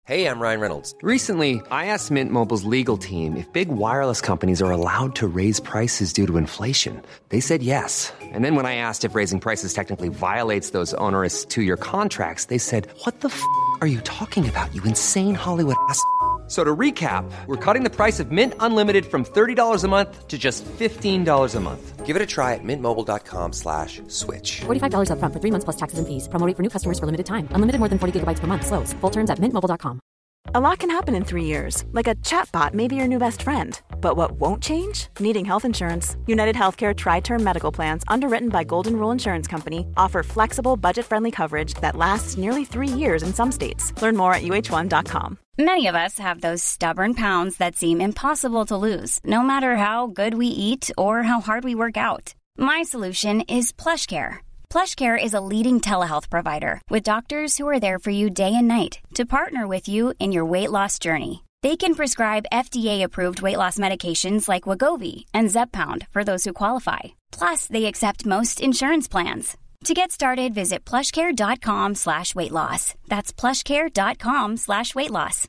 Hey, I'm Ryan Reynolds. Recently, I asked Mint Mobile's legal team if big wireless companies are allowed to raise prices due to inflation. They said yes. And then when I asked if raising prices technically violates those onerous two-year contracts, they said, "What the are you talking about, you insane Hollywood ass?" So to recap, we're cutting the price of Mint Unlimited from $30 a month to just $15 a month. Give it a try at mintmobile.com/switch. $45 up front for 3 months plus taxes and fees. Promo rate for new customers for limited time. Unlimited more than 40 gigabytes per month. Slows full terms at mintmobile.com. A lot can happen in 3 years, like a chatbot may be your new best friend. But what won't change? Needing health insurance. United Healthcare Tri-Term Medical Plans, underwritten by Golden Rule Insurance Company, offer flexible, budget-friendly coverage that lasts nearly 3 years in some states. Learn more at uh1.com. Many of us have those stubborn pounds that seem impossible to lose, no matter how good we eat or how hard we work out. My solution is PlushCare. PlushCare is a leading telehealth provider with doctors who are there for you day and night to partner with you in your weight loss journey. They can prescribe FDA-approved weight loss medications like Wegovy and Zepbound for those who qualify. Plus, they accept most insurance plans. To get started, visit plushcare.com/weightloss. That's plushcare.com/weightloss.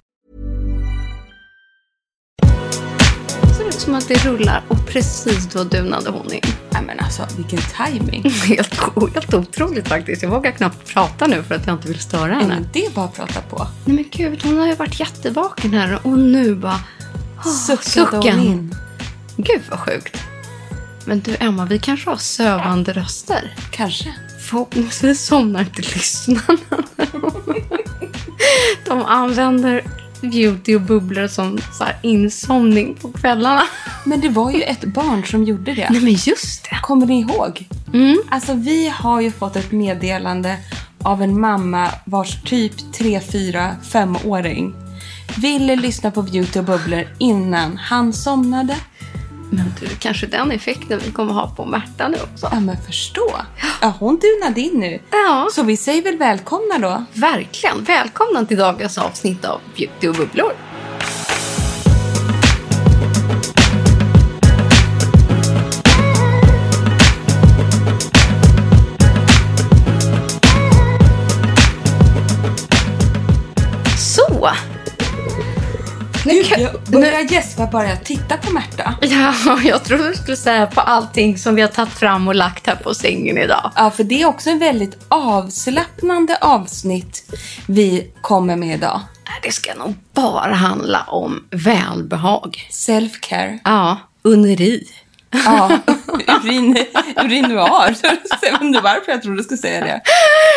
Det ser ut som att det rullar och precis då dunade hon in. Nej men alltså, vilken timing. Helt otroligt faktiskt. Jag vågar knappt prata nu för att jag inte vill störa henne. Men det är bara att prata på. Nej men gud, hon har ju varit jättevaken här och nu bara... Suckade hon in. Gud vad sjukt. Men du Emma, vi kanske har sövande röster. Kanske. Förhoppningsvis somnar inte lyssnarna. De använder beauty och bubblor som så här insomning på kvällarna. Men det var ju ett barn som gjorde det. Nej men just det. Kommer ni ihåg? Mm. Alltså vi har ju fått ett meddelande av en mamma vars typ 3, 4, 5-åring ville lyssna på beauty och bubblor innan han somnade. Men du, kanske den effekten vi kommer ha på Märta nu också. Ja men förstå. Ja, hon dunade in nu. Ja. Så vi säger väl välkomna då. Verkligen. Välkomna till dagens avsnitt av Beauty och bubblor. Så. Jag börjar gäspa bara jag tittar på Märta. Ja, jag tror du skulle säga på allting som vi har tagit fram och lagt här på sängen idag. Ja, för det är också en väldigt avslappnande avsnitt vi kommer med idag. Det ska nog bara handla om välbehag. Self-care. Ja, uneri. Ja, urinoir. Så jag undrar varför jag tror du skulle säga det.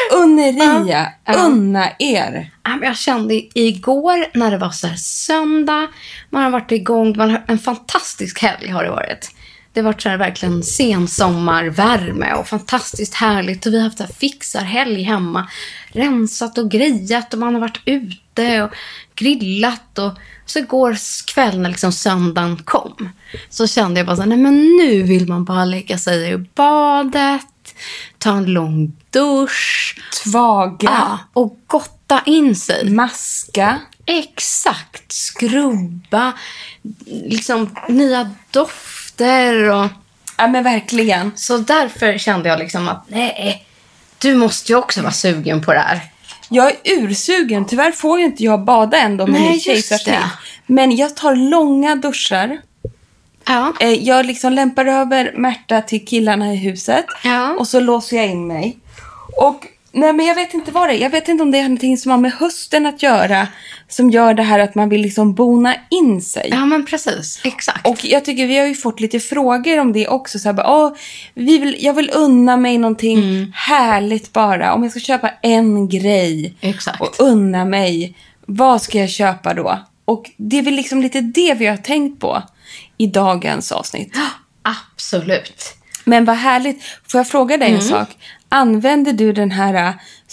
Unneria, unna er. Jag kände igår när det var så här söndag, man har varit igång, man har en fantastisk helg har det varit. Det har varit så här verkligen sensommarvärme och fantastiskt härligt. Och vi har haft en fixarhelg hemma, rensat och grejat och man har varit ute och grillat. Och så igår kväll när liksom söndagen kom så kände jag bara så här, nej men nu vill man bara lägga sig i badet, ta en lång dusch, tvaga och gotta in sig. Maska. Exakt, skrubba, liksom nya dofter och... Ja men verkligen. Så därför kände jag liksom att nej, du måste ju också vara sugen på det här. Jag är ursugen, tyvärr får ju inte jag bada ändå med min kejsarsnitt. Men jag tar långa duschar. Ja. Jag liksom lämpar över Märta till killarna i huset. Ja. Och så låser jag in mig. Och nej men jag vet inte vad det är. Jag vet inte om det är någonting som har med hösten att göra. Som gör det här att man vill liksom bona in sig. Ja men precis, exakt. Och jag tycker vi har ju fått lite frågor om det också. Så här, jag vill unna mig någonting härligt bara. Om jag ska köpa en grej. Exakt. Och unna mig. Vad ska jag köpa då? Och det är väl liksom lite det vi har tänkt på i dagens avsnitt. Absolut. Men vad härligt. Får jag fråga dig en sak? Använder du den här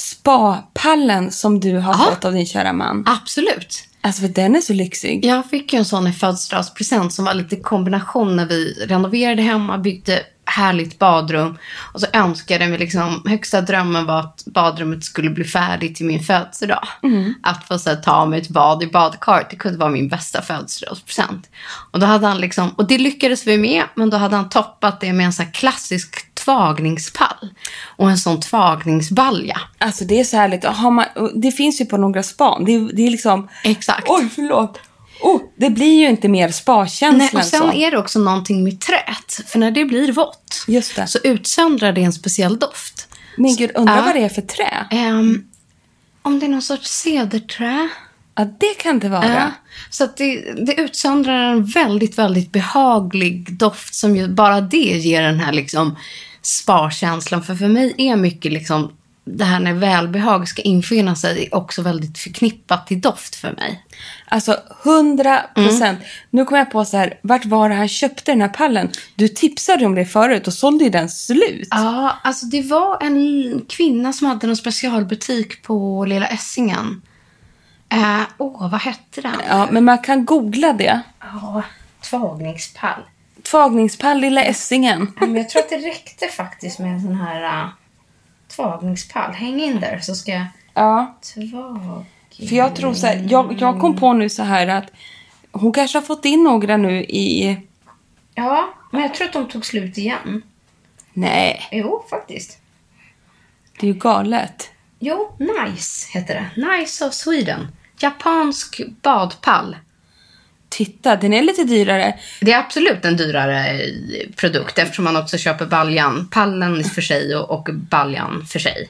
spa-pallen som du har fått av din kära man? Absolut. Alltså för den är så lyxig. Jag fick ju en sån i födelsedagspresent som var lite kombination när vi renoverade hemma, byggde härligt badrum. Och så önskade jag mig liksom, högsta drömmen var att badrummet skulle bli färdigt till min födelsedag. Att få så här, ta mig ett bad i badkar, det kunde vara min bästa födelsedagspresent. Och då hade han liksom, och det lyckades vi med, men då hade han toppat det med en så här klassisk tvagningspall och en sån tvagningsbalja. Alltså det är så härligt. Det finns ju på några span. Det är liksom... Exakt. Oj, förlåt. Det blir ju inte mer spa-känsla. Nej, och sen är det också någonting med trät. För när det blir vått just det. Så utsöndrar det en speciell doft. Men gud, undrar vad det är för trä? Om det är någon sorts cederträ. Ja, det kan det vara. Ja, så att det utsöndrar en väldigt, väldigt behaglig doft som ju bara det ger den här liksom sparkänslan. För mig är mycket liksom det här när välbehag ska infinna sig också väldigt förknippat till doft för mig. Alltså 100%. Nu kommer jag på så här, vart var det han köpte den här pallen? Du tipsade om det förut och sålde ju den slut. Ja, alltså det var en kvinna som hade en specialbutik på Lilla Essingen. Vad hette den? Ja, men man kan googla det. Ja, tvagningspall. Tvagningspall, Lilla Essingen. Men jag tror att det räckte faktiskt med en sån här tvagningspall. Häng in där så ska jag... Ja. För jag tror så här, jag kom på nu så här att hon kanske har fått in några nu i... Ja, men jag tror att de tog slut igen. Nej. Jo, faktiskt. Det är ju galet. Jo, Nice heter det. Nice of Sweden. Japansk badpall. Titta, den är lite dyrare. Det är absolut en dyrare produkt eftersom man också köper baljan. Pallen för sig och baljan för sig.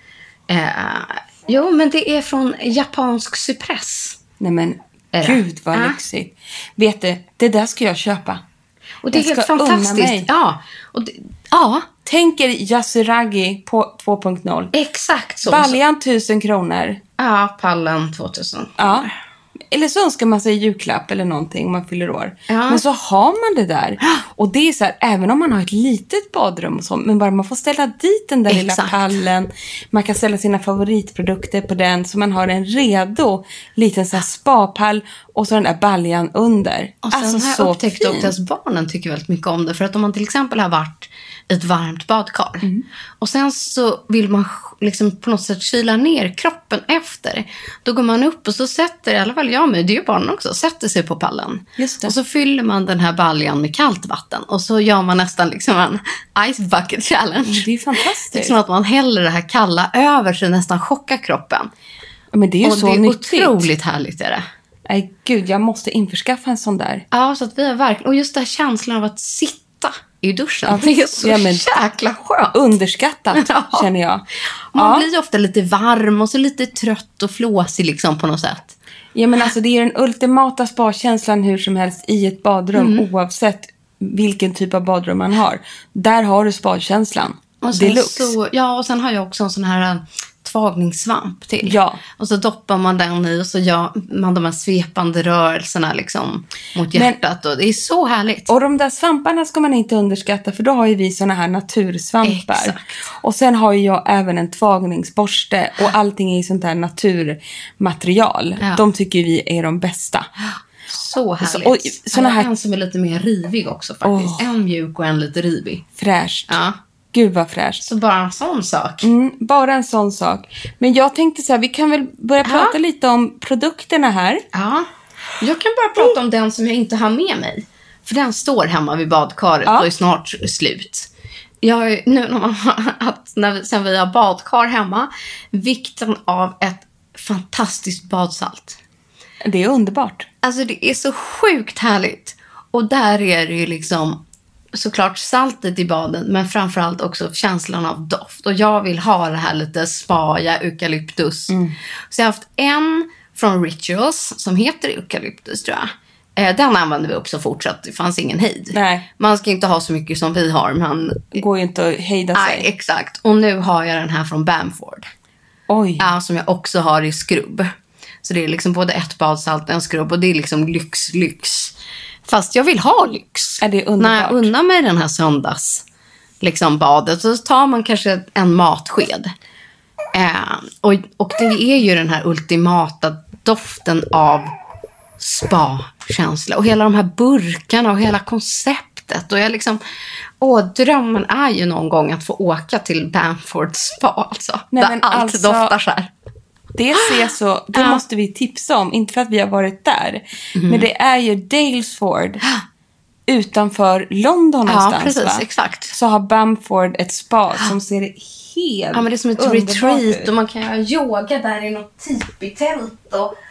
Jo, men det är från japansk cypress. Nej men, gud vad lyxigt. Vet du, det där ska jag köpa. Och det är helt fantastiskt. Ja, ja. Tänker Yasuragi på 2.0. Exakt så. Baljan 1000 kronor. Ja, pallen 2000. Ja. Eller så önskar man sig julklapp eller någonting om man fyller år. Ja. Men så har man det där. Och det är så här, även om man har ett litet badrum och så, men bara man får ställa dit den där lilla pallen. Man kan ställa sina favoritprodukter på den så man har en redo liten så här spapall och så den där baljan under. Och sen alltså, har jag upptäckt också att barnen tycker väldigt mycket om det. För att om man till exempel har varit i ett varmt badkar och sen så vill man liksom på något sätt kyla ner kroppen efter, då går man upp och så sätter, i alla fall jag med, det är ju barnen också, sätter sig på pallen. Just det. Och så fyller man den här baljan med kallt vatten och så gör man nästan liksom en ice bucket challenge. Det är fantastiskt. Liksom att man häller det här kalla över sig, nästan chockar kroppen. Men det är ju och så det är nyttigt. otroligt härligt är det. Nej gud, jag måste införskaffa en sån där. Ja, så att vi har verkligen, och just den här känslan av att sitta i duschen. Ja, det är så jäkla skönt. Underskattat, känner jag. Man blir ju ofta lite varm och så lite trött och flåsig liksom på något sätt. Ja, men alltså det är den ultimata spa-känslan hur som helst i ett badrum, oavsett vilken typ av badrum man har. Där har du spa-känslan. Deluxe. Ja, och sen har jag också en sån här tvagningssvamp till. Ja. Och så doppar man den i och så gör man de här svepande rörelserna liksom mot hjärtat. Och det är så härligt. Och de där svamparna ska man inte underskatta, för då har ju vi såna här natursvampar. Exakt. Och sen har ju jag även en tvagningsborste och allting är sånt där naturmaterial. Ja. De tycker vi är de bästa. Så härligt. Och såna här... En som är lite mer rivig också faktiskt. En mjuk och en lite rivig. Fräscht. Ja. Gud vad fräscht. Så bara en sån sak. Bara en sån sak. Men jag tänkte så här, vi kan väl börja prata lite om produkterna här. Ja. Jag kan bara prata om den som jag inte har med mig. För den står hemma vid badkaret och är snart slut. Sen vi har badkar hemma, vikten av ett fantastiskt badsalt. Det är underbart. Alltså det är så sjukt härligt. Och där är det ju liksom såklart saltet i baden, men framförallt också känslan av doft. Och jag vill ha det här lite spaja, eukalyptus. Så jag har haft en från Rituals som heter eukalyptus, tror jag. Den använder vi upp så fortsatt. Det fanns ingen hejd. Nej. Man ska inte ha så mycket som vi har, men Det går ju inte att hejda sig. nej, exakt. Och nu har jag den här från Bamford. Oj. Ja, som jag också har i skrubb. Så det är liksom både ett badsalt och en skrubb. Och det är liksom lyx. Fast jag vill ha lyx. Är det underbart? När jag unnar mig den här söndags liksom badet, så tar man kanske en matsked. Och det är ju den här ultimata doften av spa-känsla. Och hela de här burkarna och hela konceptet. Och jag liksom, drömmen är ju någon gång att få åka till Bamford Spa. Alltså, Nej, där men allt alltså, doftar så här. Det ser så, det måste vi tipsa om. Inte för att vi har varit där. Men det är ju Daylesford utanför London någonstans, precis, va? exakt. Så har Bamford ett spa som ser helt Ja, men det är som ett retreat och man kan göra yoga där i något tipi-tält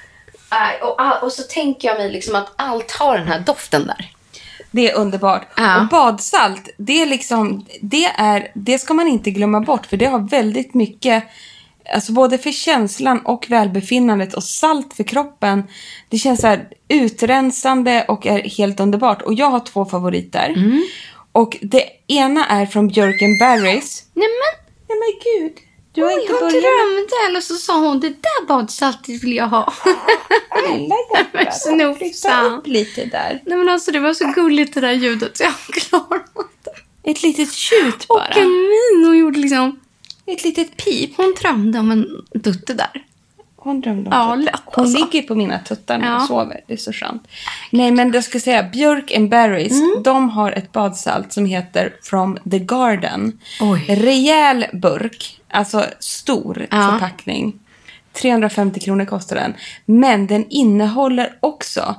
och så tänker jag mig liksom att allt har den här doften där. Det är underbart. Ja. Och badsalt, det är liksom, det ska man inte glömma bort, för det har väldigt mycket, alltså både för känslan och välbefinnandet, och salt för kroppen. Det känns så här utrensande och är helt underbart. Och jag har 2 favoriter. Och det ena är från Björk & Barrys. Nej men gud. Du har inte hon börjat drömde, eller så sa hon, det där badsaltet vill jag ha. Snälla hjärtat. Snopsa upp lite där. Nej men alltså det var så gulligt det där ljudet så jag klarar inte. Ett litet tjut bara. Och en min hon gjorde liksom. Ett litet pip. Hon drömde om en dutte där. Hon drömde om Ja, lätt Hon alltså. ligger på mina tuttar när Ja. jag sover. Det är så skönt. Nej, men jag ska säga, Björk & Barrys, de har ett badsalt som heter From the Garden. Oj. Rejäl burk, alltså stor förpackning. 350 kronor kostar den. Men den innehåller också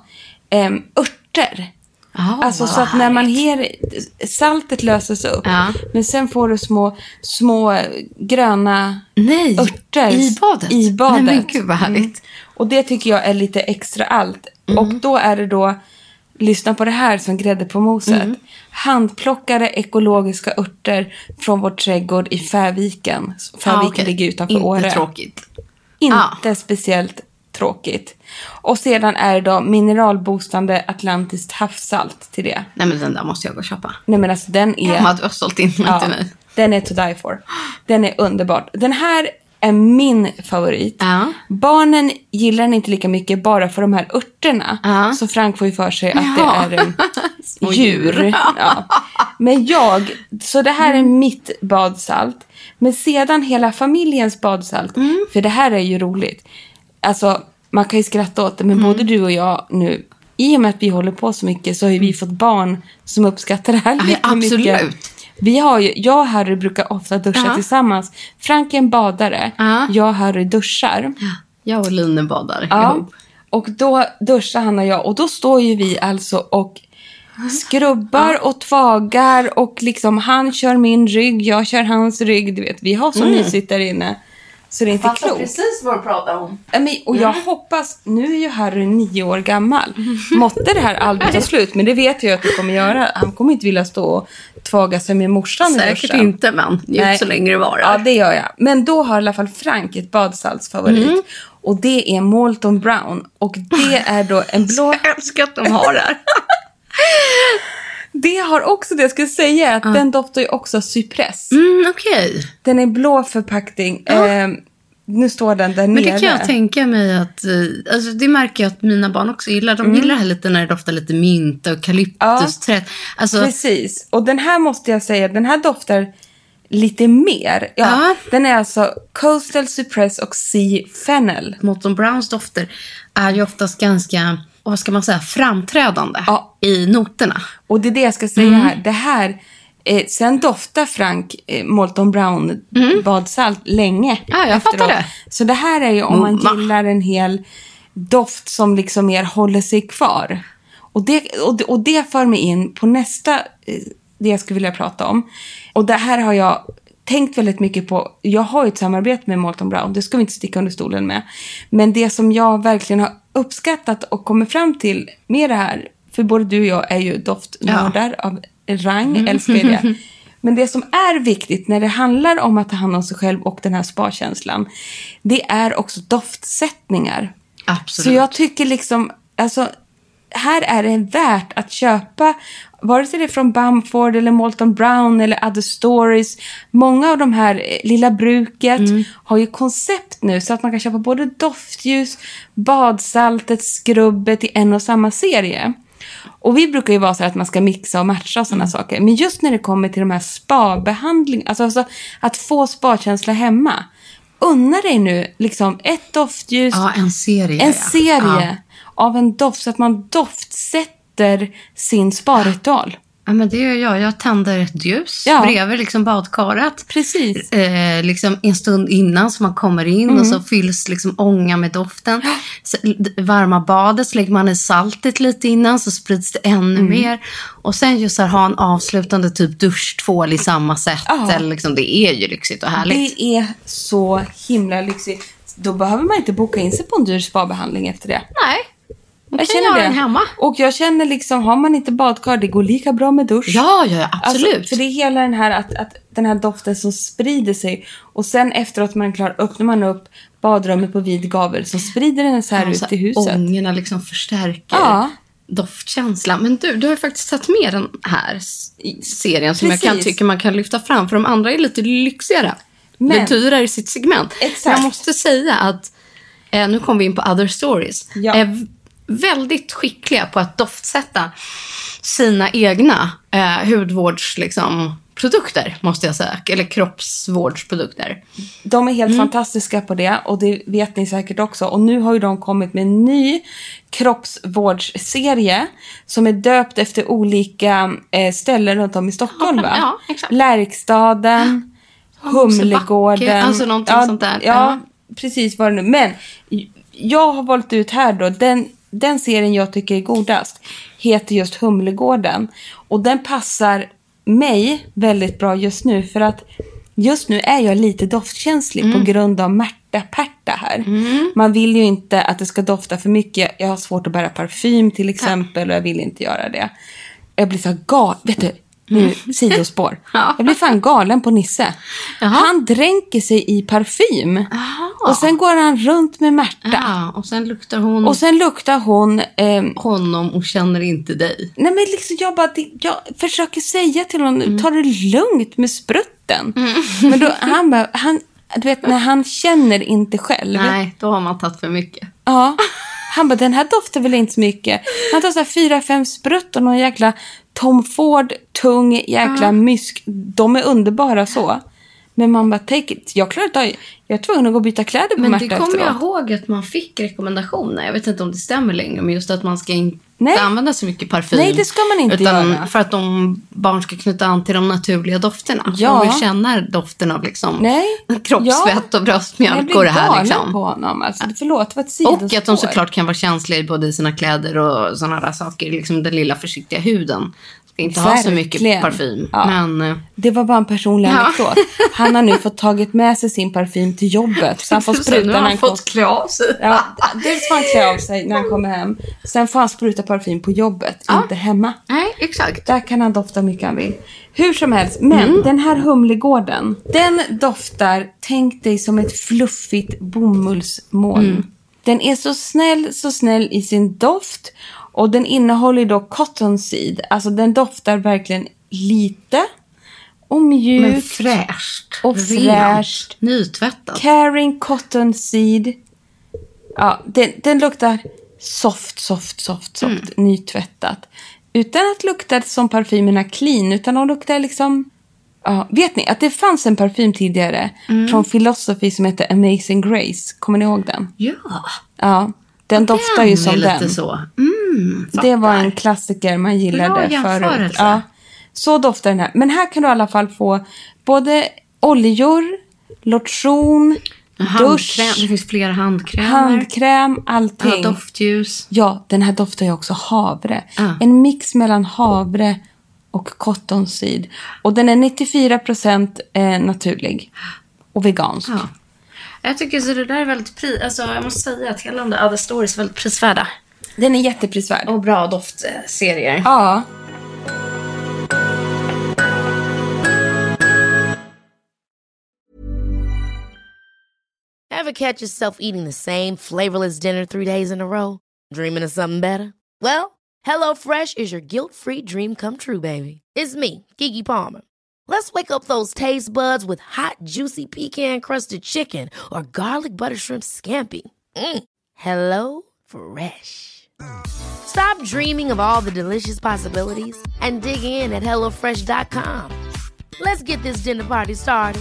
örter. Alltså så att när man ger saltet löses upp. Ja. Men sen får du små gröna örter i badet. Nej, men gud vad härligt. Och det tycker jag är lite extra allt. Och då är det då, lyssna på det här som grädde på moset. Handplockade ekologiska örter från vår trädgård i Färviken. Färviken ligger utanför Åre. Inte tråkigt. Inte speciellt tråkigt. Och sedan är det då mineralboostande atlantiskt havssalt till det. Nej men den där måste jag gå och köpa. Nej men alltså den är... Mamma, du har sålt in den till mig. Den är to die for. Den är underbar. Den här är min favorit. Barnen gillar den inte lika mycket bara för de här örterna. Så Frank får ju för sig att det är en djur. Ja. Men så det här är mitt badsalt. Men sedan hela familjens badsalt. För det här är ju roligt. Alltså, man kan ju skratta åt det, men både du och jag nu, i och med att vi håller på så mycket, så har ju vi fått barn som uppskattar det här lika mycket. Absolut. Vi har ju, jag och Harry brukar ofta duscha tillsammans. Frank är en badare, jag och Harry duschar. Jag och Line badar ihop. Och då duschar han och jag, och då står ju vi alltså och skrubbar och tvagar, och liksom han kör min rygg, jag kör hans rygg, du vet, vi har så mysigt där inne. Så det är inte klokt. Precis vad du pratar om. Och jag hoppas, nu är ju Harry 9 år gammal. Måtte det här aldrig ta slut, men det vet jag att det kommer göra. Han kommer inte vilja stå och tvaga sig med morsan. Säkert inte, men njut så länge det varar. Ja, det gör jag. Men då har i alla fall Frank ett badsaltsfavorit. Och det är Molton Brown. Och det är då en blå... Jag älskar att de har det här. Det har också det jag skulle säga, att den doftar ju också cypress. Okej. Den är blå förpackning. Nu står den där Men nere. det kan jag tänka mig att, alltså det märker jag att mina barn också gillar. De gillar det här lite när det doftar lite mint och eukalyptusträd. Alltså, precis. Och den här måste jag säga, den här doftar lite mer. Ja. Den är alltså Coastal Cypress och Sea Fennel. Molton Browns dofter är ju oftast ganska, vad ska man säga, framträdande i noterna. Och det är det jag ska säga här. Det här, sen doftar Frank Molton Brown badsalt länge. Ja, jag fattar det. Så det här är ju om man gillar en hel doft som liksom mer håller sig kvar. Och det för mig in på nästa, det jag skulle vilja prata om. Och det här har jag tänkt väldigt mycket på. Jag har ju ett samarbete med Molton Brown. Det ska vi inte sticka under stolen med. Men det som jag verkligen har uppskattat och kommit fram till med det här, för både du och jag är ju doftnördar av rang, älskar det. Men det som är viktigt när det handlar om att ta hand om sig själv och den här spa-känslan, det är också doftsättningar. Absolut. Så jag tycker liksom, alltså, här är det värt att köpa, vare sig det är från Bamford eller Molton Brown eller Other Stories. Många av de här lilla bruket har ju koncept nu så att man kan köpa både doftljus, badsaltet, skrubbet i en och samma serie. Och vi brukar ju vara så att man ska mixa och matcha och sådana saker. Men just när det kommer till de här spa-behandlingarna, alltså att få spa-känsla hemma. Unna dig nu liksom ett doftljus. Ja, en serie. En serie av en doft, så att man doftsätter sin sparritual. Ja, men det gör jag. Jag tänder ett ljus bredvid liksom badkaret. Precis. Liksom en stund innan så man kommer in och så fylls liksom ånga med doften. Så, varma badet så lägger man i saltet lite innan så sprids det ännu mer. Och sen just här ha en avslutande typ duschtvål i samma sätt. Eller liksom, det är ju lyxigt och härligt. Det är så himla lyxigt. Då behöver man inte boka in sig på en dyr spabehandling efter det. Nej. Jag känner det hemma. Och jag känner liksom, har man inte badkar, det går lika bra med dusch. Ja, absolut. Alltså, för det är hela den här att den här doften som sprider sig. Och sen efteråt man är klar, öppnar man upp badrummet på vid gavel, så sprider den så här ut i huset. Ångorna liksom förstärker doftkänslan. Men du har ju faktiskt tagit med den här serien som jag kan tycka man kan lyfta fram. För de andra är lite lyxigare. Men dyrare i sitt segment. Exakt. Jag måste säga att nu kommer vi in på Other Stories. Är väldigt skickliga på att doftsätta sina egna hudvårds liksom, produkter, måste jag säga. Eller kroppsvårdsprodukter. De är helt fantastiska på det, och det vet ni säkert också. Och nu har ju de kommit med en ny kroppsvårdsserie som är döpt efter olika ställen runt om i Stockholm, va? Ja, exakt. Lärkstaden, Humlegården. Alltså någonting sånt där. Ja, precis vad det nu. Men jag har valt ut här då, den serien jag tycker är godast heter just Humlegården. Och den passar mig väldigt bra just nu, för att just nu är jag lite doftkänslig på grund av Märta-Pärta här. Man vill ju inte att det ska dofta för mycket. Jag har svårt att bära parfym till exempel, och jag vill inte göra det. Jag blir så galen, vet du, nu sidospår. Jag blir fan galen på Nisse. Han dränker sig i parfym. Och sen går han runt med Märta. Och sen luktar hon. Och sen luktar hon honom och känner inte dig. Nej, men liksom jag försöker säga till honom, ta det lugnt med sprutten. Men då du vet, när han känner inte själv. Nej, då har man tagit för mycket. Ja. Han bara, den här doftar väl inte så mycket. Han tar så här 4-5 sprutt och någon jäkla Tom Ford, tung jäkla mysk. De är underbara så. Men man bara, take it. Jag är tvungen att gå och byta kläder på Märta efteråt. Men det kommer jag ihåg att man fick rekommendationer. Jag vet inte om det stämmer längre, men just att man ska inte använda så mycket parfym. Nej, det ska man inte göra. För att barn ska knyta an till de naturliga dofterna. De vill känna doften av liksom kroppsvett och bröstmjölk och det här liksom. På honom. Alltså, förlåt, det var ett sidospår. Och att de såklart kan vara känsliga både i sina kläder och sådana där saker. Liksom den lilla försiktiga huden. Inte ha så mycket parfym. Men det var bara en personlig anekdot. Han har nu fått tagit med sig sin parfym till jobbet. Så han får spruta när han fått klä av sig. Ja, dels får han klä av sig när han kommer hem. Sen får han spruta parfym på jobbet, inte hemma. Nej, exakt. Där kan han dofta mycket han vill. Hur som helst, men den här Humlegården, den doftar, tänk dig som ett fluffigt bomullsmoln. Den är så snäll i sin doft. Och den innehåller då cottonseed. Alltså den doftar verkligen lite och mjukt. Men fräscht. Och fräscht. Nytvättat. Caring cottonseed. Ja, den luktar soft. Nytvättat. Utan att lukta som parfymerna clean. Utan de luktar liksom... Ja, vet ni att det fanns en parfym tidigare från Philosophy som heter Amazing Grace. Kommer ni ihåg den? Ja. Den doftar ju som den. Lite så. Det var en klassiker man gillade förut. Ja, så doftar den här. Men här kan du i alla fall få både oljor, lotion, dusch. Det finns flera handkrämer. Handkräm, allting. Doftljus. Ja, den här doftar ju också havre. En mix mellan havre och cottonseed. Och den är 94% naturlig och vegansk. Ja. Jag tycker så det där är väldigt alltså jag måste säga att hela de där Other Stories är väldigt prisvärda. Den är jätteprisvärd. Och bra doftserier. Ja. Ever catch yourself eating the same flavorless dinner 3 days in a row? Dreaming of something better? Well, HelloFresh is your guilt-free dream come true, baby. It's me, Keke Palmer. Let's wake up those taste buds with hot, juicy pecan-crusted chicken or garlic butter shrimp scampi. Hello Fresh. Stop dreaming of all the delicious possibilities and dig in at HelloFresh.com. Let's get this dinner party started.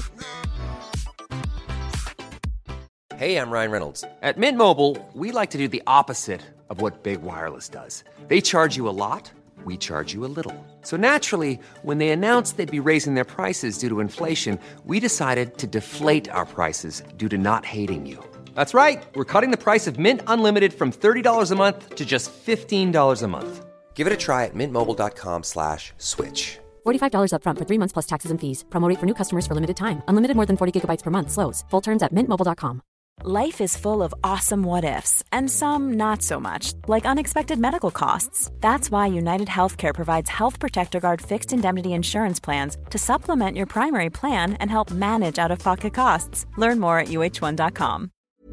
Hey, I'm Ryan Reynolds. At Mint Mobile, we like to do the opposite of what Big Wireless does. They charge you a lot. we charge you a little. So naturally, when they announced they'd be raising their prices due to inflation, we decided to deflate our prices due to not hating you. That's right. We're cutting the price of Mint Unlimited from $30 a month to just $15 a month. Give it a try at mintmobile.com/switch. $45 up front for 3 months plus taxes and fees. Promo rate for new customers for limited time. Unlimited more than 40 gigabytes per month. Slows full terms at mintmobile.com. Life is full of awesome what-ifs, and some not so much, like unexpected medical costs. That's why United Healthcare provides Health Protector Guard fixed indemnity insurance plans to supplement your primary plan and help manage out-of-pocket costs. Learn more at uh1.com.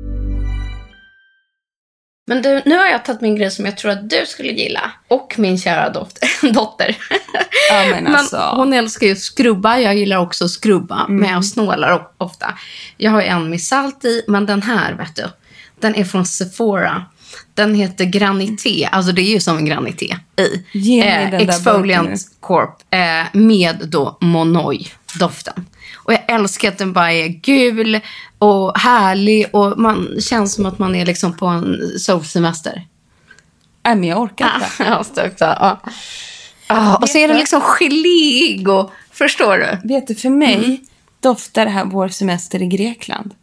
Men du, nu har jag tagit min grej som jag tror att du skulle gilla. Och min kära dotter. Ja, men alltså. Men hon älskar ju skrubba. Jag gillar också skrubba. Men jag snålar ofta. Jag har en med salt i. Men den här, vet du. Den är från Sephora. Den heter Granité. Alltså det är ju som en Granité i. Exfoliant Corp. Med då Monoi-doften. Och jag älskar att den bara är gul och härlig. Och man känns som att man är liksom på en solsemester. Men jag orkar inte. Ja, ja. Och så är den liksom geléig och förstår du? Vet du, för mig doftar det här vår semester i Grekland.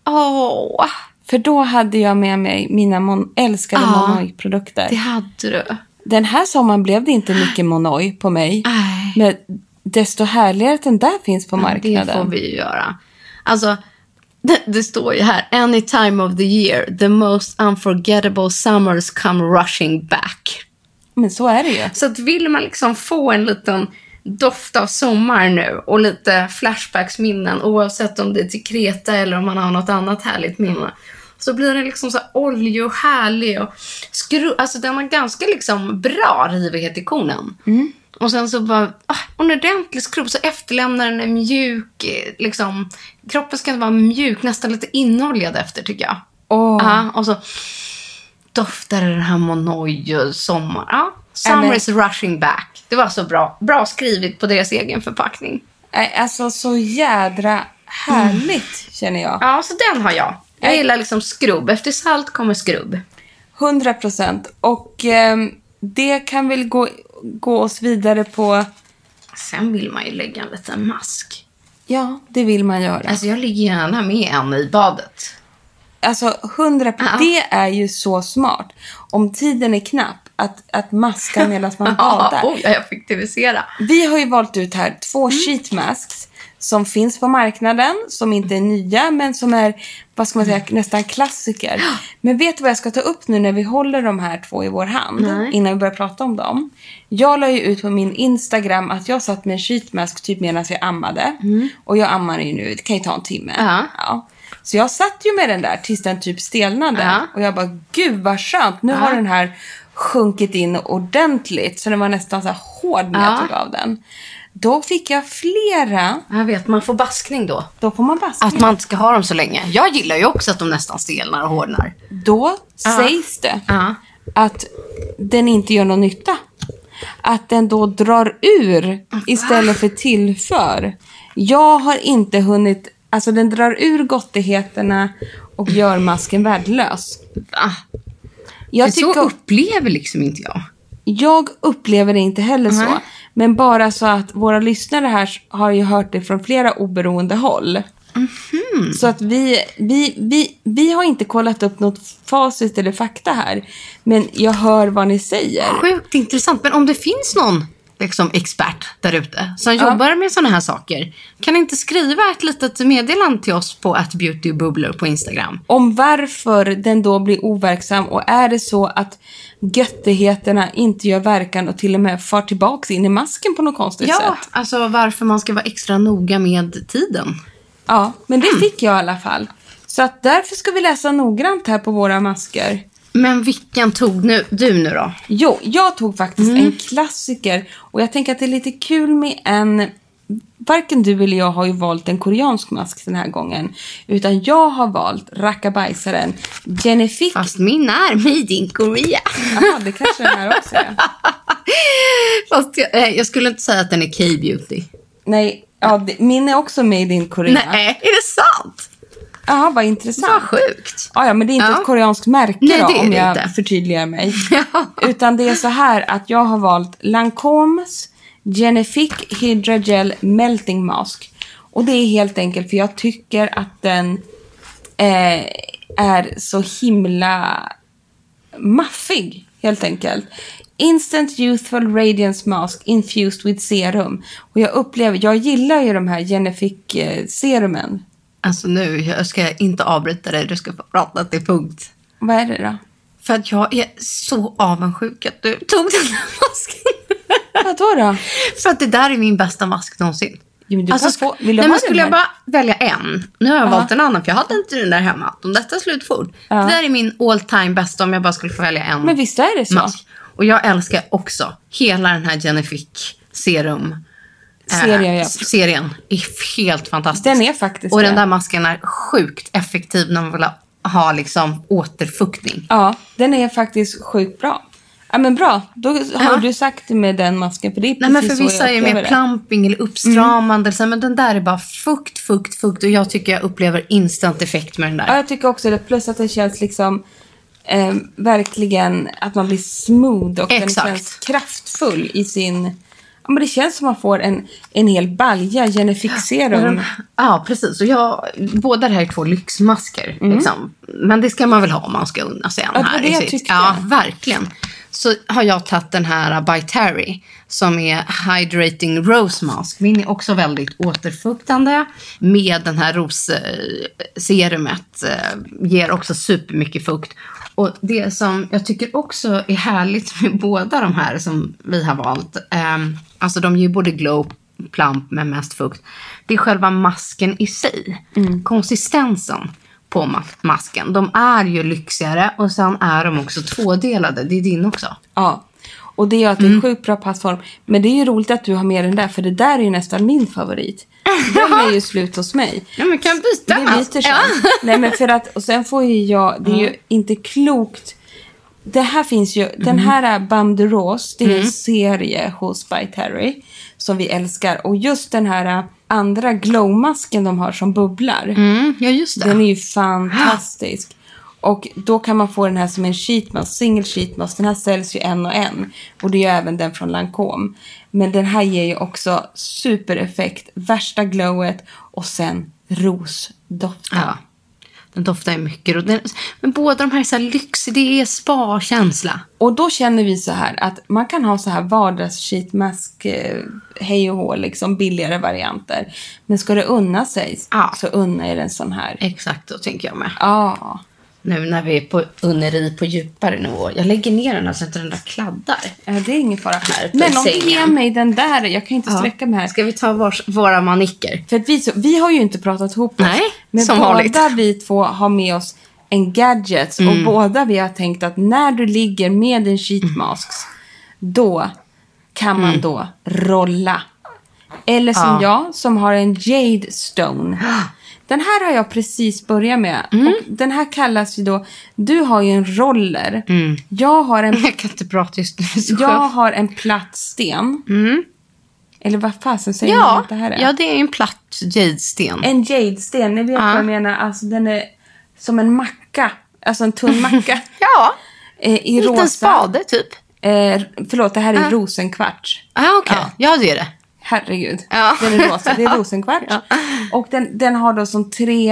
För då hade jag med mig mina älskade Monoi-produkter. Det hade du. Den här sommaren blev det inte mycket Monoi på mig. Men desto härligare att den där finns på marknaden. Det får vi ju göra. Alltså, det står ju här. Any time of the year, the most unforgettable summers come rushing back. Men så är det ju. Så att vill man liksom få en liten doft av sommar nu och lite flashbacksminnen, oavsett om det är till Kreta eller om man har något annat härligt minne, så blir den liksom så olje och härlig och alltså den har ganska liksom bra rivighet i konen. Och sen så bara en ordentlig skrubb, så efterlämnar den en mjuk liksom, kroppen ska vara mjuk, nästan lite inoljad efter, tycker jag. Och så doftar den här Monoi sommar. Summer is rushing back. Det var så bra skrivet på deras egen förpackning. Alltså så jädra härligt känner jag. Ja, så den har jag. Jag gillar liksom skrubb. Efter salt kommer skrubb. 100%. Och det kan väl gå oss vidare på... Sen vill man ju lägga en liten mask. Ja, det vill man göra. Alltså jag ligger gärna med en i badet. Alltså 100%. Det är ju så smart. Om tiden är knapp, att maska medan man badar. Jag effektivisera. Vi har ju valt ut här 2 sheet masks som finns på marknaden, som inte är nya, men som är, vad ska man säga, nästan klassiker. Men vet du vad jag ska ta upp nu när vi håller de här 2 i vår hand? Innan vi börjar prata om dem. Jag la ju ut på min Instagram att jag satt med en sheetmask typ medan jag ammade. Och jag ammar ju nu, det kan ju ta en timme. Ja. Så jag satt ju med den där tills den typ stelnade. Och jag bara, gud vad skönt, nu har den här sjunkit in ordentligt. Så den var nästan så här hård när jag tog av den. Då fick jag flera. Jag vet, man får baskning då. Då får man baskning. Att man inte ska ha dem så länge. Jag gillar ju också att de nästan stelnar och hårdnar. Då sägs det att den inte gör någon nytta. Att den då drar ur istället för tillför. Jag har inte hunnit... Alltså den drar ur gottigheterna och gör masken värdelös. Så upplever liksom inte jag. Jag upplever det inte heller så. Men bara så att våra lyssnare här har ju hört det från flera oberoende håll. Så att vi har inte kollat upp något facit eller fakta här. Men jag hör vad ni säger. Sjukt intressant. Men om det finns någon liksom expert där ute som jobbar med såna här saker, kan inte skriva ett litet meddelande till oss på @beautybubblor på Instagram om varför den då blir overksam, och är det så att göttigheterna inte gör verkan och till och med far tillbaka in i masken på något konstigt sätt. Alltså varför man ska vara extra noga med tiden. Ja, men det fick jag i alla fall. Så att därför ska vi läsa noggrant här på våra masker. Men vilken tog du nu då? Jo, jag tog faktiskt en klassiker. Och jag tänker att det är lite kul med en... Varken du eller jag har ju valt en koreansk mask den här gången. Utan jag har valt rackabajsaren Genifique. Fast min är made in Korea. Jaha, det kanske den här också är. Fast jag skulle inte säga att den är K-beauty. Nej, min är också made in Korea. Nej, är det sant? Ja, vad intressant. Vad sjukt. Ja, men det är inte ett koreanskt märke. Nej, då, det är om det jag inte. förtydligar mig. Utan det är så här att jag har valt Lancomes Genifique Hydrogel Melting Mask. Och det är helt enkelt för jag tycker att den är så himla maffig, helt enkelt. Instant Youthful Radiance Mask infused with serum. Och jag gillar ju de här Genifique-serumen. Alltså nu, jag ska inte avbryta dig. Du ska få prata till punkt. Vad är det då? För att jag är så avundsjuk att du tog den här masken. Vadå då? För att det där är min bästa mask någonsin. Jo, men du Alltså, vill du nej, ha men skulle den jag bara välja en. Nu har jag Ja. valt en annan för jag hade inte den där hemma. Om detta är slutford. Det där är min all time bästa om jag bara skulle få välja en. Men visst är det så? Mask. Och jag älskar också hela den här Genifique serum. Serien är helt fantastisk. Den är faktiskt Och det. den där masken är sjukt effektiv när man vill ha liksom återfuktning. Ja, den är faktiskt sjukt bra. Ja, men bra. Då har du sagt med den masken. För det är precis. Nej, men för vissa jag är det upplever mer plumping eller uppstramande. Men den där är bara fukt. Och jag tycker jag upplever instant effekt med den där. Ja, jag tycker också det. Plus att den känns liksom verkligen att man blir smooth. Och Exakt. den känns kraftfull i sin... Ja, men det känns som att man får en hel balja Genifique serum. Ja, precis. Och båda det här är 2 lyxmasker. Liksom. Men det ska man väl ha om man ska unna sig en Ja, här. det jag tyckte. Ja, verkligen. Så har jag tagit den här By Terry som är Hydrating Rose Mask. Min är också väldigt återfuktande med den här rosserumet. Ger också supermycket fukt. Och det som jag tycker också är härligt med båda de här som vi har valt. Alltså de ger både glow, plump med mest fukt. Det är själva masken i sig. Konsistensen på masken. De är ju lyxigare och sen är de också 2-delade. Det är din också. Ja, och det gör att det är sjukt bra passform. Men det är ju roligt att du har med den där. För det där är ju nästan min favorit. Den är ju slut hos mig. Ja, men kan byta Vi mask. byter sen. Nej, men för att, och sen får ju jag, det är ju inte klokt. Det här finns ju, den här Bam de Rose, det är en serie hos By Terry som vi älskar. Och just den här andra glowmasken de har som bubblar. Ja, just det. Den är ju fantastisk. Och då kan man få den här som en sheetmask, single sheetmask. Den här säljs ju en och en. Och det är ju även den från Lancome. Men den här ger ju också supereffekt. Värsta glowet. Och sen rosdoften. Ja, den doftar ju mycket. Och men båda de här är så här lyx, det är spa-känsla. Och då känner vi så här att man kan ha så här vardags-sheetmask, hej och hå, liksom billigare varianter. Men ska det unna sig så unna är den sån här. Exakt, då tänker jag med. Ja. Nu när vi är på unneri på djupare nivå. Jag lägger ner den här så att den där kladdar. Ja, det är ingen fara. Här på Men om du sängen. ger mig den där, jag kan inte sträcka mig här. Ska vi ta våra manicker? För att vi har ju inte pratat ihop oss. Nej, men som båda vanligt. vi 2 har med oss en gadget. Och båda vi har tänkt att när du ligger med en sheetmask då kan man då rolla. Eller som jag som har en Jade Stone. Den här har jag precis börjat med. Och den här kallas ju då, du har ju en roller. Jag har en Jag kan inte prata just nu. jag har en platt sten. Eller vad fasen säger man att det här är? Ja, det är en platt jadesten. En jade-sten, ni vet vad jag menar. Alltså den är som en macka. Alltså en tunn macka. Ja, I en liten rosa. spade typ. Förlåt, det här är rosenkvarts. Okej. Ja, det är det. Herregud. Ja. Den är rosa, det är rosenkvarts. Och den har då som 3...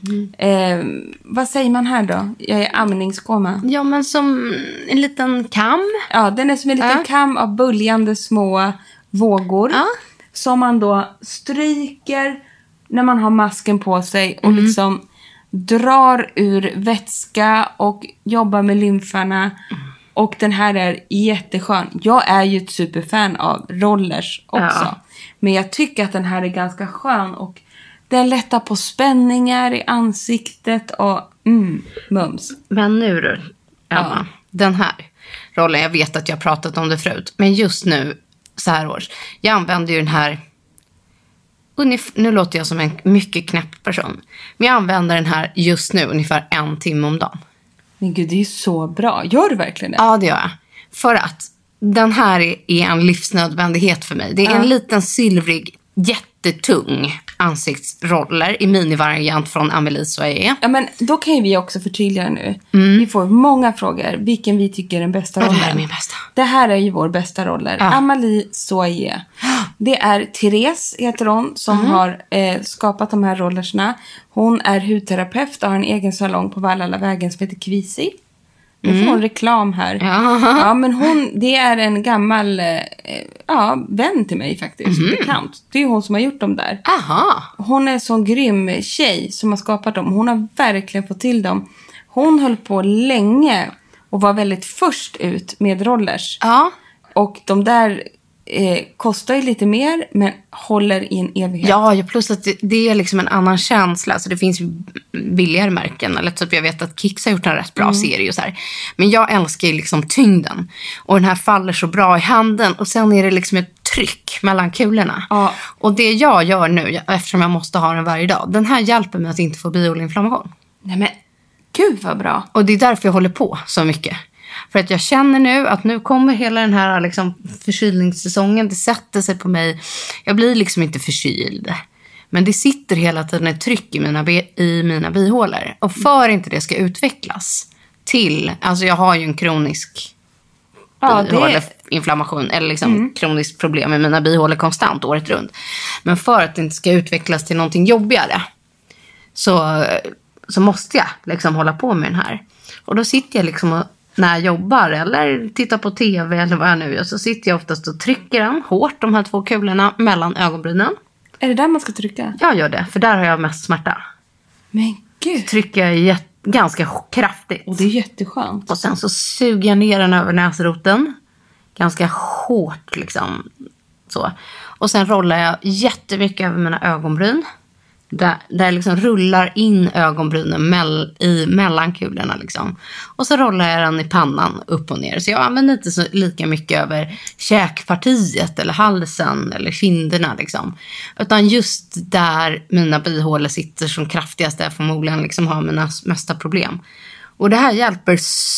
vad säger man här då? Jag är amningskoma. Ja, men som en liten kam. Ja, den är som en liten kam av böljande små vågor. Som man då stryker när man har masken på sig. Och liksom drar ur vätska och jobbar med lymfarna. Och den här är jätteskön. Jag är ju ett superfan av rollers också. Men jag tycker att den här är ganska skön. Och den lättar på spänningar i ansiktet. Och mums. Men nu då, Emma, den här rollen, jag vet att jag har pratat om det förut. Men just nu, så här års, jag använder ju den här, nu låter jag som en mycket knäpp person. Men jag använder den här just nu ungefär 1 timme om dagen. Men gud, det är så bra. Gör du verkligen det? Ja, det gör jag. För att den här är en livsnödvändighet för mig. Det är en liten silvrig jättetung ansiktsroller i minivariant från Amélie Soyer. Ja, men då kan ju vi också förtydliga nu. Vi får många frågor. Vilken vi tycker är den bästa rollen. Det här är min bästa. Det här är ju vår bästa roller. Ja. Amélie Soyer. Det är Therese, heter hon, som har skapat de här rollerna. Hon är hudterapeut och har en egen salong på Vallalavägen som heter Kvisi. Nu får hon reklam här. Ja, men det är en gammal vän till mig faktiskt. Bekant. Det är hon som har gjort dem där. Aha. Hon är en sån grym tjej som har skapat dem. Hon har verkligen fått till dem. Hon höll på länge och var väldigt först ut med rollers. Ja. Och de där kostar ju lite mer men håller i en evighet. Ja, plus att det är liksom en annan känsla. Alltså det finns billigare märken. Eller typ jag vet att Kicks har gjort en rätt bra serie och så här. Men jag älskar ju liksom tyngden. Och den här faller så bra i handen. Och sen är det liksom ett tryck mellan kulorna. Ja. Och det jag gör nu, eftersom jag måste ha den varje dag. Den här hjälper mig att inte få biolinflammation. Nej men, gud vad bra. Och det är därför jag håller på så mycket. För att jag känner nu att nu kommer hela den här liksom förkylningssäsongen. Det sätter sig på mig. Jag blir liksom inte förkyld. Men det sitter hela tiden ett tryck i mina bihålor. Och för inte det ska utvecklas till... Alltså jag har ju en kronisk bihåleinflammation. Eller liksom kroniskt problem med mina bihålor konstant året runt. Men för att det inte ska utvecklas till någonting jobbigare. Så måste jag liksom hålla på med den här. Och då sitter jag liksom och... När jag jobbar eller tittar på tv eller vad jag nu gör så sitter jag oftast och trycker den hårt, de här 2 kulorna mellan ögonbrynen. Är det där man ska trycka? Jag gör det, för där har jag mest smärta. Men gud. Trycker jag ganska kraftigt. Och det är jätteskönt. Och sen så suger jag ner den över näsroten. Ganska hårt liksom. Så. Och sen rollar jag jättemycket över mina ögonbryn. Där liksom rullar in ögonbrynen i mellankulorna liksom. Och så rollar jag den i pannan upp och ner. Så jag använder inte så lika mycket över käkpartiet eller halsen eller kinderna liksom. Utan just där mina bihålor sitter som kraftigast där förmodligen liksom har mina mesta problem. Och det här hjälper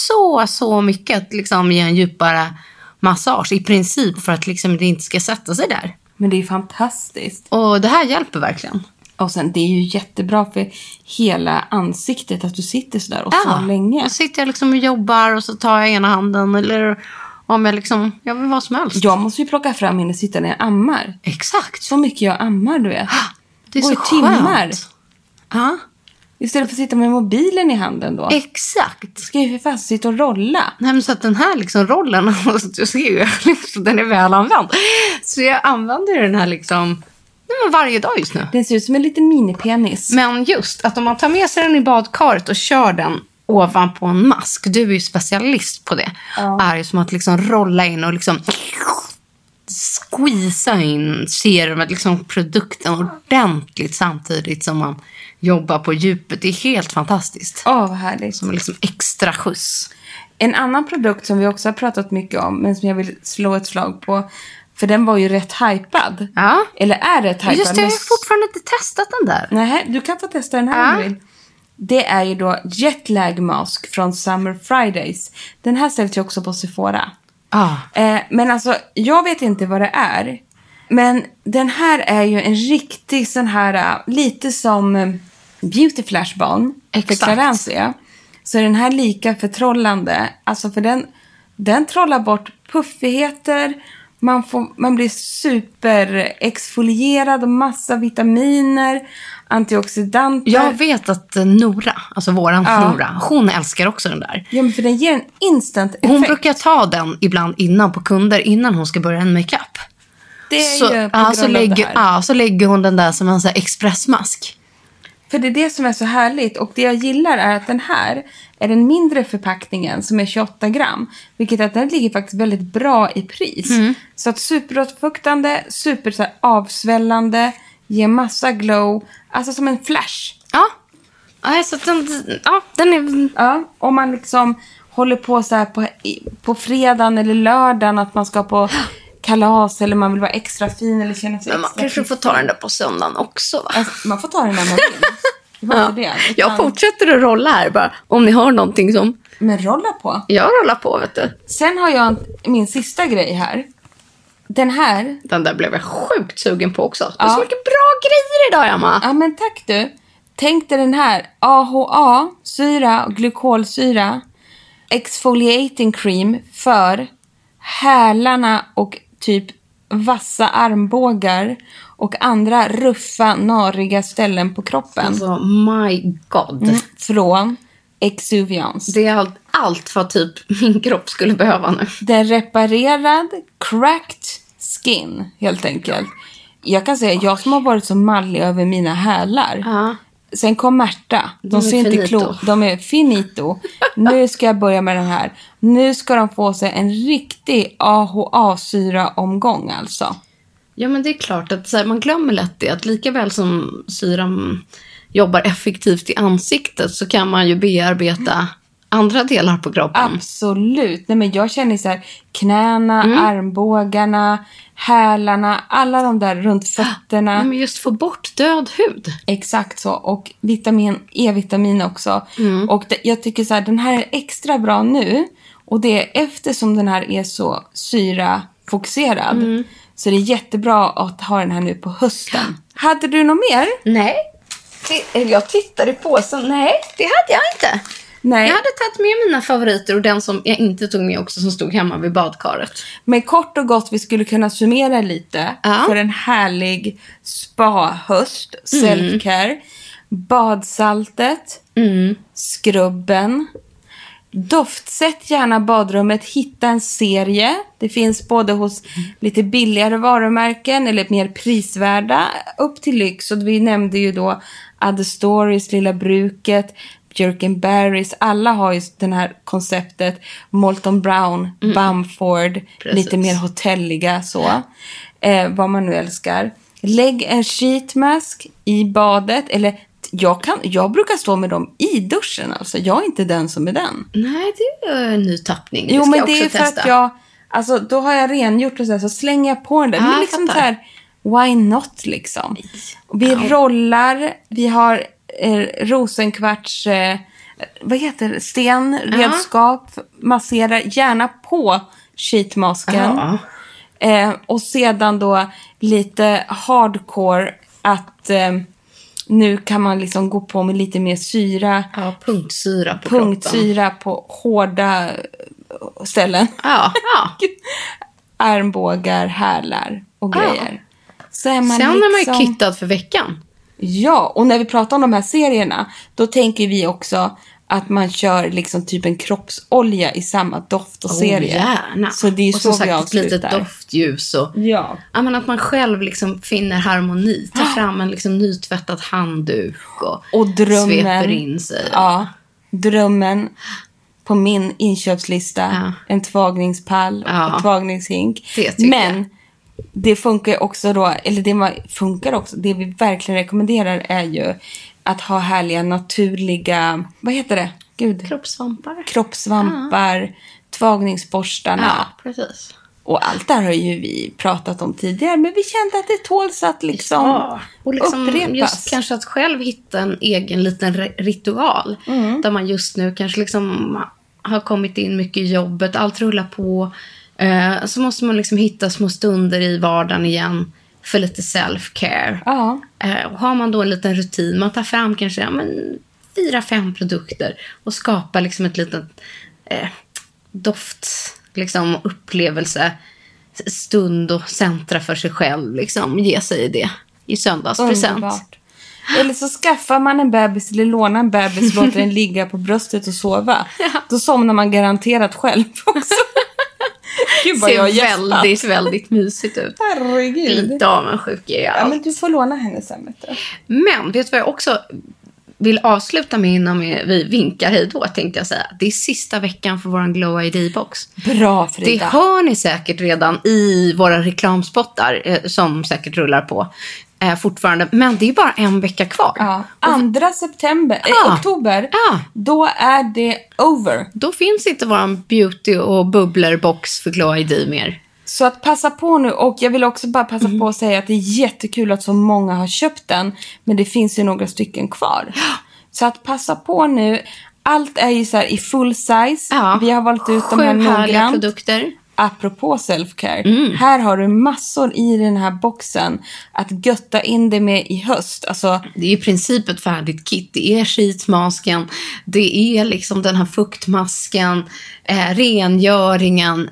så mycket att liksom ge en djupare massage i princip för att liksom det inte ska sätta sig där. Men det är fantastiskt. Och det här hjälper verkligen. Och sen det är ju jättebra för hela ansiktet att du sitter så där och så länge. Då sitter jag liksom och jobbar och så tar jag ena handen eller om jag liksom, jag vill vad som helst. Jag måste ju plocka fram min och sitta när jag ammar. Exakt. Så mycket jag ammar, du vet. Det är så timmar. Ja. Istället för att sitta med mobilen i handen då. Exakt. Ska jag för fast sitta och rolla. Nej, men så att den här liksom rollen, du ser ju, liksom, den är väl använd. Så jag använder den här liksom varje dag just nu. Den ser ut som en liten minipenis. Men just att om man tar med sig den i badkaret och kör den ovanpå en mask, du är ju specialist på det. Är ju som att liksom rolla in och liksom squeeza in serumet, liksom produkten ordentligt samtidigt som man jobbar på djupet. Det är helt fantastiskt. Vad härligt. Som liksom extra skjuts. En annan produkt som vi också har pratat mycket om, men som jag vill slå ett slag på, för den var ju rätt hypad. Ja. Eller är rätt hypad. Just det, jag har fortfarande inte testat den där. Nej, du kan få testa den här om du vill. Det är ju då Jetlag Mask från Summer Fridays. Den här säljs ju också på Sephora. Men alltså, jag vet inte vad det är. Men den här är ju en riktig sån här, lite som Beauty Flash Balm. Exakt. För Clarencia. Så är den här lika förtrollande. Alltså för den trollar bort puffigheter. Man blir super exfolierad och massa vitaminer, antioxidanter. Jag vet att Nora, alltså våran Nora, hon älskar också den där. Ja, men för den ger en instant effekt. Hon brukar ta den ibland på kunder innan hon ska börja en makeup. Det är ju på grund av det här. Så lägger hon den där som en så här expressmask. För det är det som är så härligt. Och det jag gillar är att den här är den mindre förpackningen som är 28 gram. Vilket att den ligger faktiskt väldigt bra i pris. Så att superåtfuktande, super så här avsvällande, ger massa glow. Alltså som en flash. Ja. Så den är... Ja, om man liksom håller på så här på fredagen eller lördagen att man ska på kalas eller man vill vara extra fin eller känna sig. Men man kanske får ta den där på söndagen också, va? Alltså, man får ta den där man vill. Jag fortsätter att rolla här bara. Om ni har någonting som... Men rolla på. Jag rollar på, vet du. Sen har jag min sista grej här. Den här. Den där blev jag sjukt sugen på också. Det är så mycket bra grejer idag, Emma. Ja, men tack du. Tänk dig den här. AHA, syra och glykolsyra. Exfoliating cream för hälarna och typ vassa armbågar och andra ruffa, nariga ställen på kroppen. Alltså, my god. Från Exuviance. Det är allt vad typ min kropp skulle behöva nu. Den reparerad cracked skin, helt enkelt. Jag kan säga, jag som har varit så mallig över mina hälar. Ja. Sen kom Märta. De ser inte de är finito. Nu ska jag börja med den här. Nu ska de få sig en riktig AHA-syra-omgång alltså. Ja, men det är klart att så här, man glömmer lätt det. Att lika väl som syran jobbar effektivt i ansiktet så kan man ju bearbeta andra delar på kroppen. Absolut. Nej, men jag känner så här, knäna, armbågarna, hälarna, alla de där runt fötterna. Men just få bort död hud. Exakt så. Och E-vitamin också. Och jag tycker så här, den här är extra bra nu. Och det är eftersom den här är så syrafokuserad. Så det är jättebra att ha den här nu på hösten. Hade du något mer? Nej. Jag tittade på påsen. Nej, det hade jag inte. Nej. Jag hade tagit med mina favoriter och den som jag inte tog med också som stod hemma vid badkaret. Men kort och gott, vi skulle kunna summera lite för en härlig spa-höst, self-care. Badsaltet, skrubben. Doftsätt gärna badrummet, hitta en serie. Det finns både hos lite billigare varumärken eller mer prisvärda upp till lyx. Och vi nämnde ju då Other Stories, Lilla Bruket, Birkenberries. Alla har ju den här konceptet. Molton Brown, Bamford, lite mer hotelliga så. Vad man nu älskar. Lägg en sheetmask i badet eller jag brukar stå med dem i duschen. Alltså. Jag är inte den som är den. Nej, det är en ny tappning. Jo, men det är för att jag... Alltså, då har jag rengjort och så slänger jag på den där. Men liksom så här, why not liksom? Vi rollar, vi har rosenkvarts... vad heter det? Stenredskap. Masserar gärna på sheetmasken. Och sedan då lite hardcore att... nu kan man liksom gå på med lite mer syra. Ja, punktsyra på punktsyra på hårda ställen. Ja. Armbågar, hälar och grejer. Så är man sen liksom... är man ju kittad för veckan. Ja, och när vi pratar om de här serierna, då tänker vi också att man kör liksom typ en kroppsolja i samma doft och serie. Gärna. Så det är och så som vi sagt, ett litet doftljus. Och, ja. Men att man själv liksom finner harmoni. Tar fram en liksom nytvättad handduk och sveper in sig. Ja, drömmen på min inköpslista. Ja. En tvagningspall och en tvagningshink. Men det funkar också då, eller det vi verkligen rekommenderar är ju att ha härliga naturliga, vad heter det? Gud. Kroppssvampar, tvagningsborstarna. Ja, precis. Och allt där har ju vi pratat om tidigare, men vi kände att det tåls att liksom, och liksom upprepas. Just kanske att själv hitta en egen liten ritual. Där man just nu kanske liksom har kommit in mycket i jobbet, allt rullar på. Så måste man liksom hitta små stunder i vardagen igen för lite self-care. Ja. Och har man då en liten rutin, man tar fram kanske 4-5 produkter och skapar liksom ett litet doft, liksom upplevelse, stund och centra för sig själv, liksom ge sig det i söndagspresent. Underbart. Eller så skaffar man en bebis eller lånar en bebis och låter den ligga på bröstet och sova. Då somnar man garanterat själv också. Gud vad jag ser väldigt mysigt ut. Herregud. Lite avundsjuk är jag. Ja, men du får låna henne sen, vet du. Men vet du vad jag också vill avsluta med innan vi vinkar hej då, tänkte jag säga. Det är sista veckan för våran Glow ID-box. Bra, Frida. Det hör ni säkert redan i våra reklamspottar som säkert rullar på fortfarande. Men det är bara en vecka kvar. Ja. 2 oktober, då är det over. Då finns inte våran beauty- och bubblerbox för Glow ID mer. Så att passa på nu, och jag vill också bara passa på att säga att det är jättekul att så många har köpt den, men det finns ju några stycken kvar. Så att passa på nu. Allt är ju så här i full size. Vi har valt ut de här noggrant. 7 härliga produkter. apropå self-care. Här har du massor i den här boxen att götta in det med i höst. Alltså, det är i princip ett färdigt kit. Det är sheetmasken, det är liksom den här fuktmasken, rengöringen,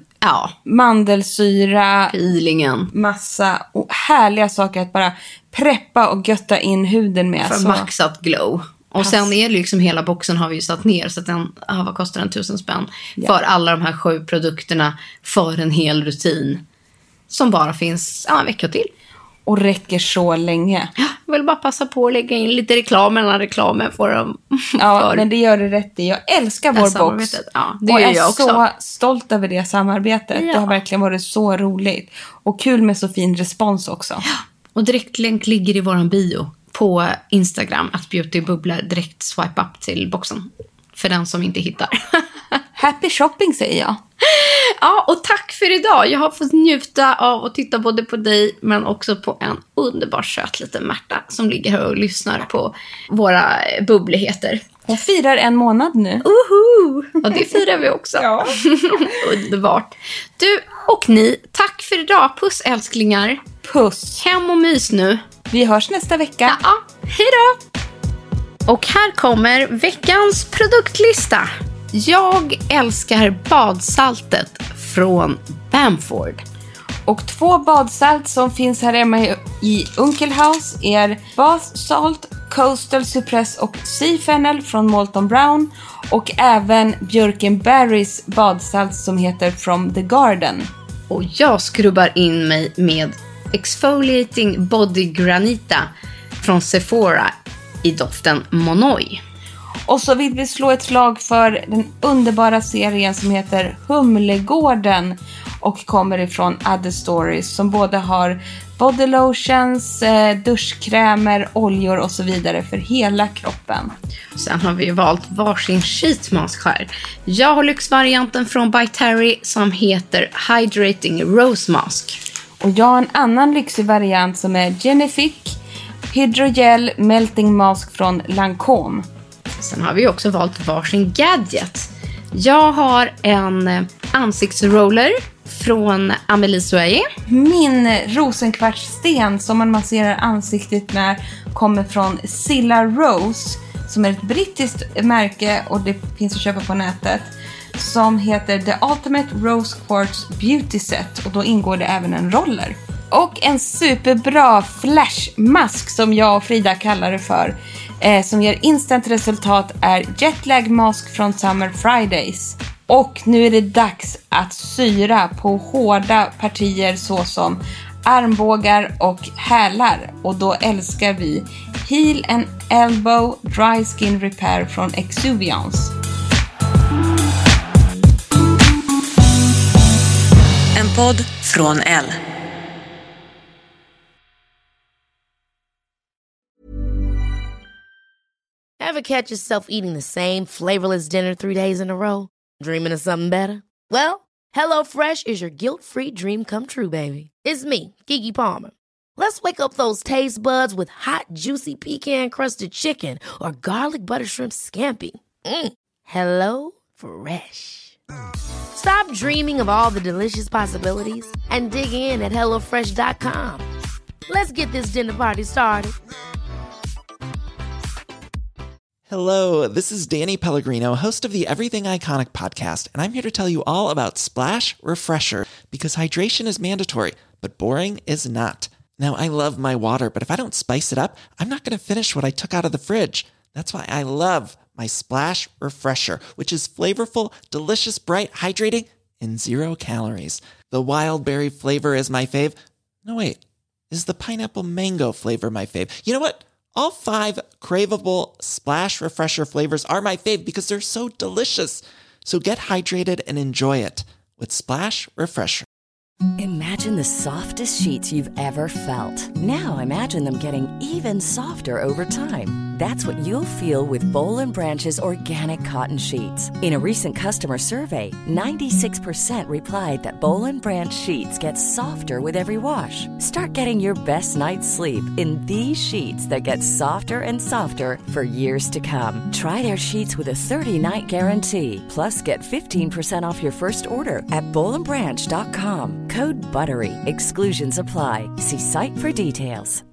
mandelsyra, peelingen, massa och härliga saker att bara preppa och götta in huden med. För maxat glow. Och sen är det liksom hela boxen har vi ju satt ner så att den, vad kostar den, 1000 spänn för alla de här 7 produkterna för en hel rutin som bara finns en vecka till. Och räcker så länge. Jag vill bara passa på att lägga in lite reklam mellan reklamen för dem. Ja, men det gör det rätt i. Jag älskar vår box. Ja, det gör jag också. Och är så stolt över det samarbetet. Ja. Det har verkligen varit så roligt. Och kul med så fin respons också. Ja. Och direktlänk ligger i våran bio på Instagram, att beautybubblar, direkt swipe up till boxen för den som inte hittar. Happy shopping säger jag. Ja, och tack för idag. Jag har fått njuta av att titta både på dig men också på en underbar söt liten Märta som ligger här och lyssnar på våra bubbligheter. Hon firar 1 månad nu. Uhu! Ja, det firar vi också. Ja. Underbart. Du och ni, tack för idag. Puss älsklingar. Puss. Hem och mys nu. Vi hörs nästa vecka. Ja, hej då. Och här kommer veckans produktlista. Jag älskar badsaltet från Bamford. Och 2 badsalt som finns här hemma i Unkelhaus är Bath Salt, Coastal Cypress och Sea Fennel från Molton Brown. Och även Björkenberrys badsalt som heter From the Garden. Och jag skrubbar in mig med Exfoliating Body Granita från Sephora i doften Monoi. Och så vill vi slå ett slag för den underbara serien som heter Humlegården och kommer ifrån Other Stories som både har body lotions, duschkrämer, oljor och så vidare för hela kroppen. Sen har vi valt varsin sheetmask här. Jag har lyxvarianten från By Terry som heter Hydrating Rose Mask. Och jag har en annan lyxig variant som är Genifique Hydrogel Melting Mask från Lancôme. Sen har vi också valt varsin gadget. Jag har en ansiktsroller från Amélie Souhaye. Min rosenkvartssten som man masserar ansiktet med kommer från Silla Rose som är ett brittiskt märke och det finns att köpa på nätet. Som heter The Ultimate Rose Quartz Beauty Set och då ingår det även en roller. Och en superbra flashmask som jag och Frida kallar det för. Som ger instant resultat är Jetlag Mask från Summer Fridays. Och nu är det dags att syra på hårda partier såsom armbågar och hälar. Och då älskar vi Heel and Elbow Dry Skin Repair från Exuviance. En podd från L. Ever catch yourself eating the same flavorless dinner 3 days in a row? Dreaming of something better? Well, HelloFresh is your guilt-free dream come true, baby. It's me, Keke Palmer. Let's wake up those taste buds with hot, juicy pecan-crusted chicken or garlic butter shrimp scampi. Hello Fresh. Stop dreaming of all the delicious possibilities and dig in at HelloFresh.com. Let's get this dinner party started. Hello, this is Danny Pellegrino, host of the Everything Iconic podcast, and I'm here to tell you all about Splash Refresher, because hydration is mandatory, but boring is not. Now, I love my water, but if I don't spice it up, I'm not going to finish what I took out of the fridge. That's why I love my Splash Refresher, which is flavorful, delicious, bright, hydrating, and 0 calories. The wild berry flavor is my fave. No, wait, is the pineapple mango flavor my fave? You know what? All 5 craveable Splash Refresher flavors are my fave because they're so delicious. So get hydrated and enjoy it with Splash Refresher. Imagine the softest sheets you've ever felt. Now imagine them getting even softer over time. That's what you'll feel with Boll & Branch's organic cotton sheets. In a recent customer survey, 96% replied that Boll & Branch sheets get softer with every wash. Start getting your best night's sleep in these sheets that get softer and softer for years to come. Try their sheets with a 30-night guarantee. Plus, get 15% off your first order at BollandBranch.com. Code BUTTERY. Exclusions apply. See site for details.